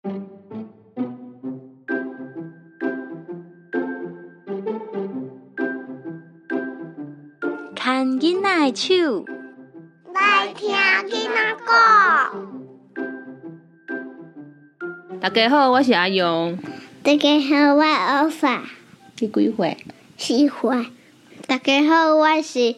牵囡仔的手， 来听囡仔歌。 大家好，我是阿勇。 大家好，我阿发。 你几岁 ？4岁。大家好，我是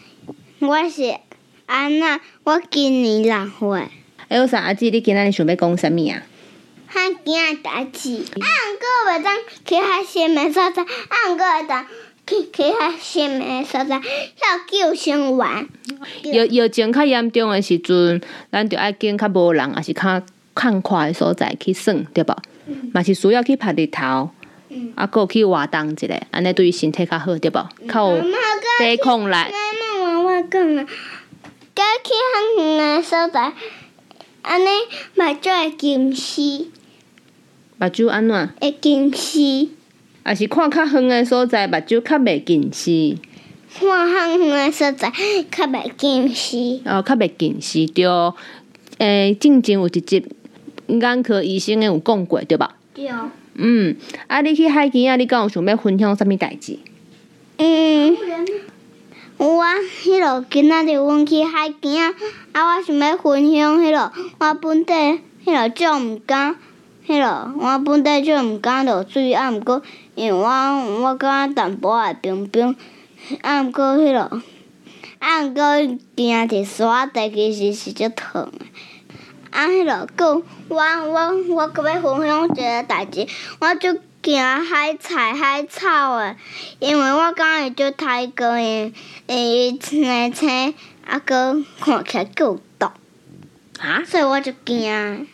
安娜，我今年6岁。 有啥阿姊，你今仔日想要讲啥物啊？ 汉囝的代志。毋过袂当去遐新的所在，毋过会当去遐新的所在，遐救生员。 疫情较严重的时阵，咱着爱拣较无人，也是较空旷的所在去耍，对无？嘛是需要去晒日头，啊，搁有去活动一下，安尼对身体较好，对无？较有抵抗力。 我讲啊，甲去较远的所在，安尼目睭会近视。 目睭安怎？ 会近视。 也是看较远的所在，目睭较袂近视。 看较远的所在，较袂近视。 较袂近视，着进前有一集眼科医生有讲过，对吧？ 对。 你去海边啊，你敢有想要分享啥物代志？ 我今仔日阮去海边我想要分享我本地种毋敢，我本地种毋敢落水，毋过因为我感觉淡薄仔冰冰，毋过行伫沙地其实是足痛的。搁我搁要分享一个代志，我就惊海草的，因为我感觉伊足太高，伊青青，搁看起来阁有毒。所以我就惊。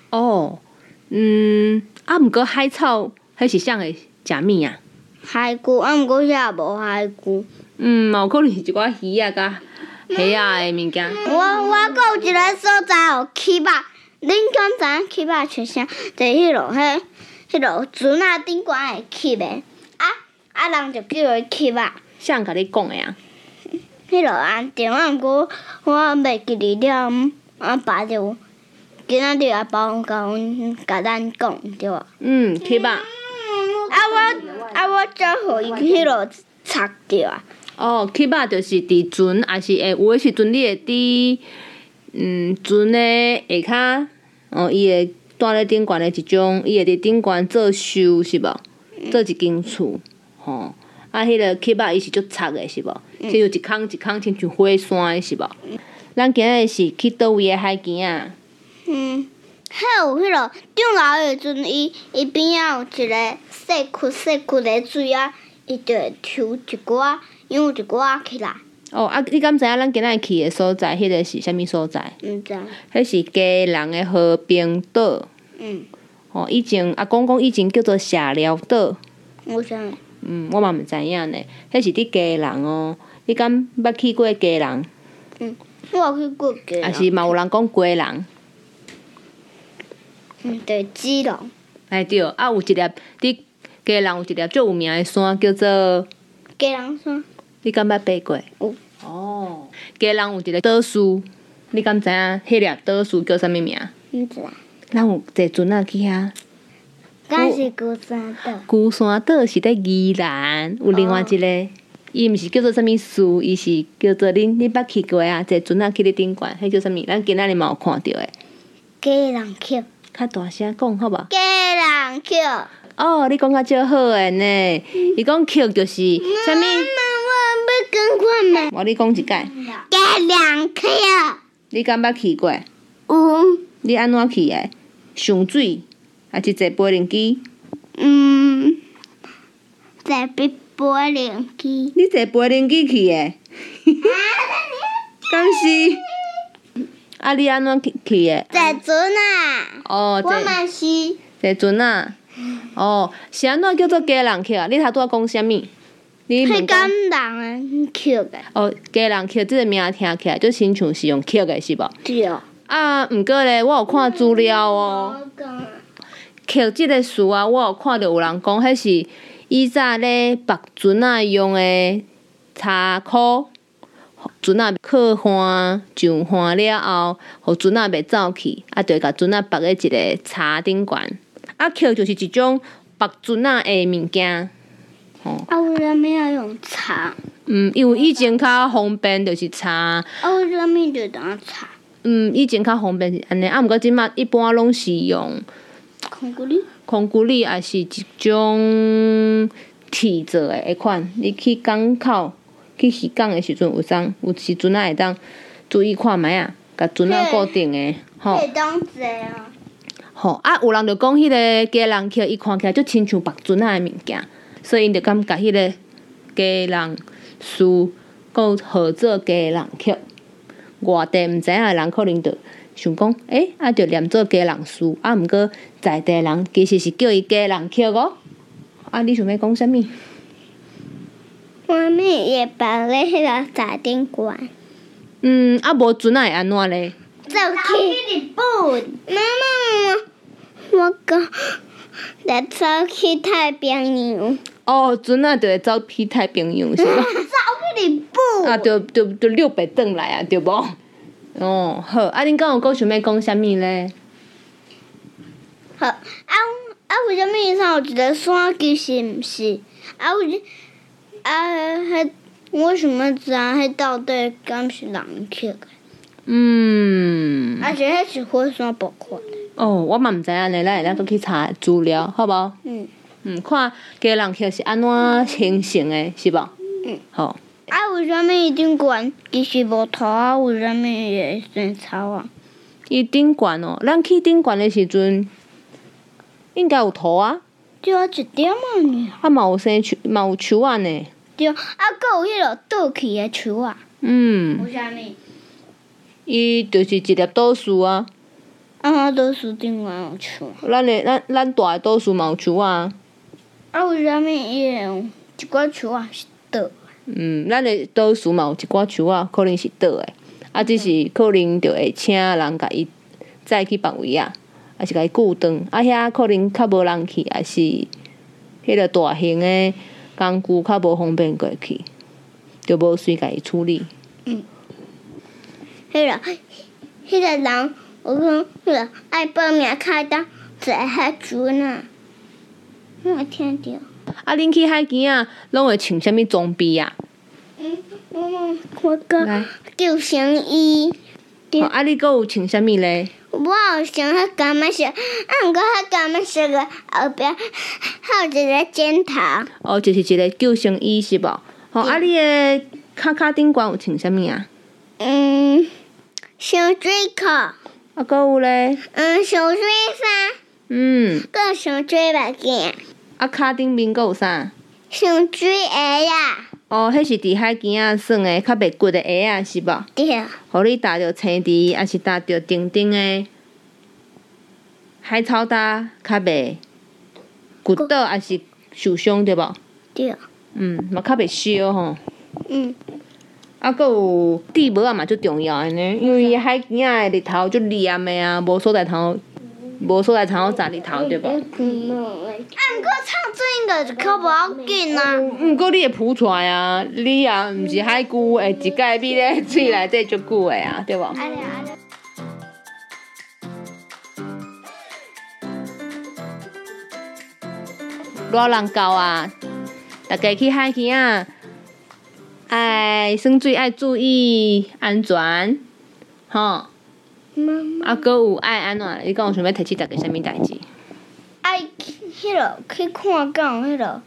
毋过海草，迄是啥会食物啊？ 海龟，毋过遐无海龟。 嘛有可能是一寡鱼仔甲虾仔的物件。 我阁有一个所在有起肉，恁敢知影起肉像啥？就是迄落船仔顶悬会起的，人就叫伊起肉。 啥人甲你讲的啊？ 迄落安定，毋过我袂记哩了，爸就今仔日阿爸甲咱讲对无？ 起肉。 我则互伊迄落插着啊。 起肉就是伫船，也是有诶时阵你会伫船诶下骹，伊会带咧顶悬诶一种，伊会伫顶悬做树是无？做一间厝，迄个起肉伊是足插诶是无？亲像一空一空，亲像火山诶是无？咱今日是去倒位诶海边啊？ 遐有上老的时阵，伊边仔有一个细窟的水伊就会抽一寡，养一寡起来。 你敢知影咱今仔去的所在，迄个是啥物所在？ 毋知。 迄是基隆的和平岛。以前阿公讲以前叫做社寮岛。 我知。 我嘛毋知影呢。迄是伫基隆哦。你敢捌去过基隆？ 我有去过基隆。 也是嘛有人讲鸡笼。 对，基隆。 对，有一粒伫基隆有一粒足有名的山，叫做基隆山。 你敢捌爬过？有。基隆有一个岛屿，你敢知影迄粒岛屿叫啥物名？ 毋知。 咱有坐船仔去遐。 敢是孤山岛？ 孤山岛是伫宜兰，有另外一个，伊毋是叫做啥物树，伊是叫做你捌去过啊？坐船仔去咧顶悬，迄叫啥物？咱今仔日嘛有看到诶。 基隆桥。 较大声讲好无？ 基隆桥。 你讲较足好诶呢。伊讲桥就是啥物？ 我要赶快我你讲一解。 基隆桥。 你敢捌去过？ 有。 你安怎去诶？上水，还是坐飞轮机？ 坐飞轮机。 你坐飞轮机去诶？敢是？你安怎去诶？ 坐船啊。我嘛是。 坐船啊。是安怎叫做基隆桥？你头拄仔讲啥物？ 迄敢人诶桥诶。 基隆桥即个名听起来就亲像是用刻诶，是无？ 对。 毋过咧，我有看资料哦。刻即个事啊，我有看到有人讲，迄是以早咧绑船仔用诶柴箍，船仔靠岸上岸了后，互船仔袂走去，就会甲船仔绑咧一个柴顶悬， 啊，抾就是一种白船仔的物件。 为什么要用叉？ 因为以前较方便就是叉。 为什么就当叉？ 以前较方便是安尼，毋过即马一般拢是用空骨力，也是一种铁做的迄款。你去港口去渔港的时阵，有时阵会当注意看觅啊，甲船仔固定的，吼。 会当坐啊。 吼，有人就讲迄个家人抾，伊看起来就亲像白船仔的物件，所以因就感觉迄个家人书，佮号做家人抾。外地毋知影的人可能就想讲，就念做家人书，毋过在地人其实是叫伊家人抾哦。你想要讲啥物？ 我们也摆咧迄个茶顶馆。 无船仔会安怎咧？ 走去日本。妈，我讲，来走去太平洋。 船仔就会走去太平洋是吧？ 走去日本。 就溜白转来啊，对无？好，恁敢有讲想要讲啥物咧？ 好，为什么伊上有一个山其实毋是？我想要知迄到底敢是人抾的？而且迄是火山爆发的。 我嘛毋知影呢，咱会当去查资料，好无？看家人抾是安怎形成的，是无？好。 为什么伊顶悬其实无土啊？为什么会生草啊？ 伊顶悬咱去顶悬的时阵，应该有土啊。 对啊，一点仔尔。 嘛有树仔呢。 对，佫有迄落倒去的树啊。有啥物？ 伊就是一粒倒树啊。 倒树顶悬有树。 咱大的倒树嘛有树啊。 为啥物伊会用一寡树啊是倒？ 咱的倒树嘛有一寡树啊，可能是倒的，只是可能就会请人甲伊载去别位啊，还是甲伊固定，遐可能较无人去，还是迄个大型的工具较无方便过去，就无随甲伊处理。 迄个人，我讲迄个爱报名开当坐海船啊，我听着。 恁去海边啊，拢会穿啥物装备啊？ 我讲救生衣。 你佫有穿啥物咧？ 我有穿迄干物色，毋过迄干物色个后壁还有一个剪头。 就是一个救生衣是无？你的骹顶悬有穿啥物啊？ 上水裤。 佫有咧？ 上水衫。佫有上水目镜。 骹顶面佫有啥？ 上水鞋啊。 迄是伫海边仔耍的较袂骨的鞋啊，是无？ 对。 互你踏着青池，还是踏着顶顶的海草搭，较袂骨倒，还是受伤对无？ 对。 嘛较袂烧吼。佫有地帽啊嘛，最重要的呢，因为海边仔的日头足炎的啊，无所在通好晒日头，对无？ 毋过唱这应就可无要紧啊。 毋过你会浮出来啊，你也毋是海龟，会一介米咧水内底足久的啊，对无？热人教啊，大家去海边啊，爱耍水爱注意安全，吼。佫有爱安怎？你讲有想要提起大家啥物代志？ 爱迄落去看讲迄落，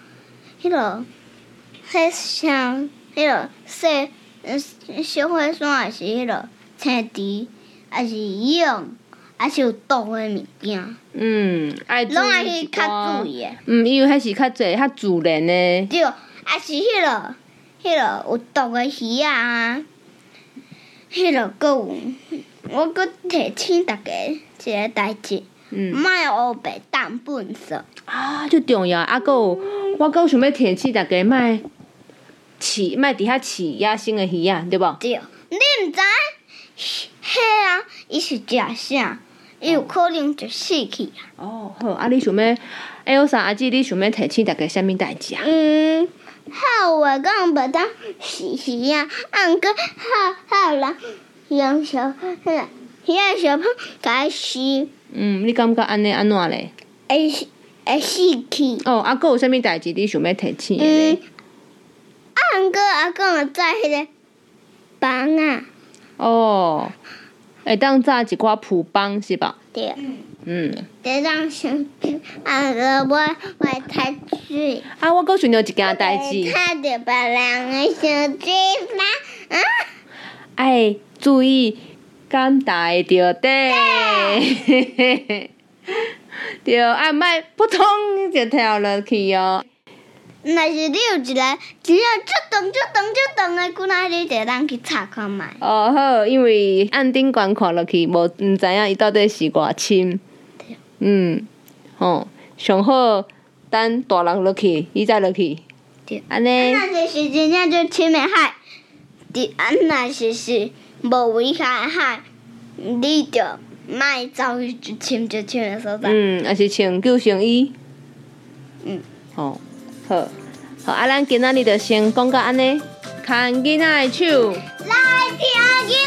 迄像迄落小火山，还是迄落青池，还是用，还是有毒的物件。 爱注意。 拢爱去较注意的。 因为迄是较济较自然的。 对，还是迄落有毒的鱼啊，迄落佫有。我佫提醒大家一个代志，莫黑白当粪扫。 最重要。佫有，我佫有想要提醒大家，莫伫遐饲野生的鱼啊，对无？ 对，你毋知迄伊是食啥，伊有可能就死去啊。 好，你想要Elsa阿姊，你想要提醒大家啥物代志啊？ 还有话讲袂当饲鱼啊，毋过还有人。用小迄个小胖甲伊饲。 你感觉安尼安怎咧？ 会死去。 哦，啊，佫有啥物代志你想要提醒的咧？ 毋过阿公有载迄个房啊， 哦，会当炸一寡蒲邦是吧？ 对， 嗯， 当想，我会读水， 啊，我佫想到一件代志， 看着别人的小嘴巴， 爱注意敢大着底，对，啊，莫扑通就跳落去哦。 若是你有一个真正足长的骨仔，你就当去查看觅。 哦好，因为按顶悬看落去，毋知影伊到底是偌深。吼，上好等大人落去，伊再落去。 对， 安尼。 若是真正就深的海，若是无危险的海，你就莫走去深的所在。 也是穿救生衣。吼，好，好，啊，咱今仔日就先讲到安尼，牵囡仔的手。 来听见。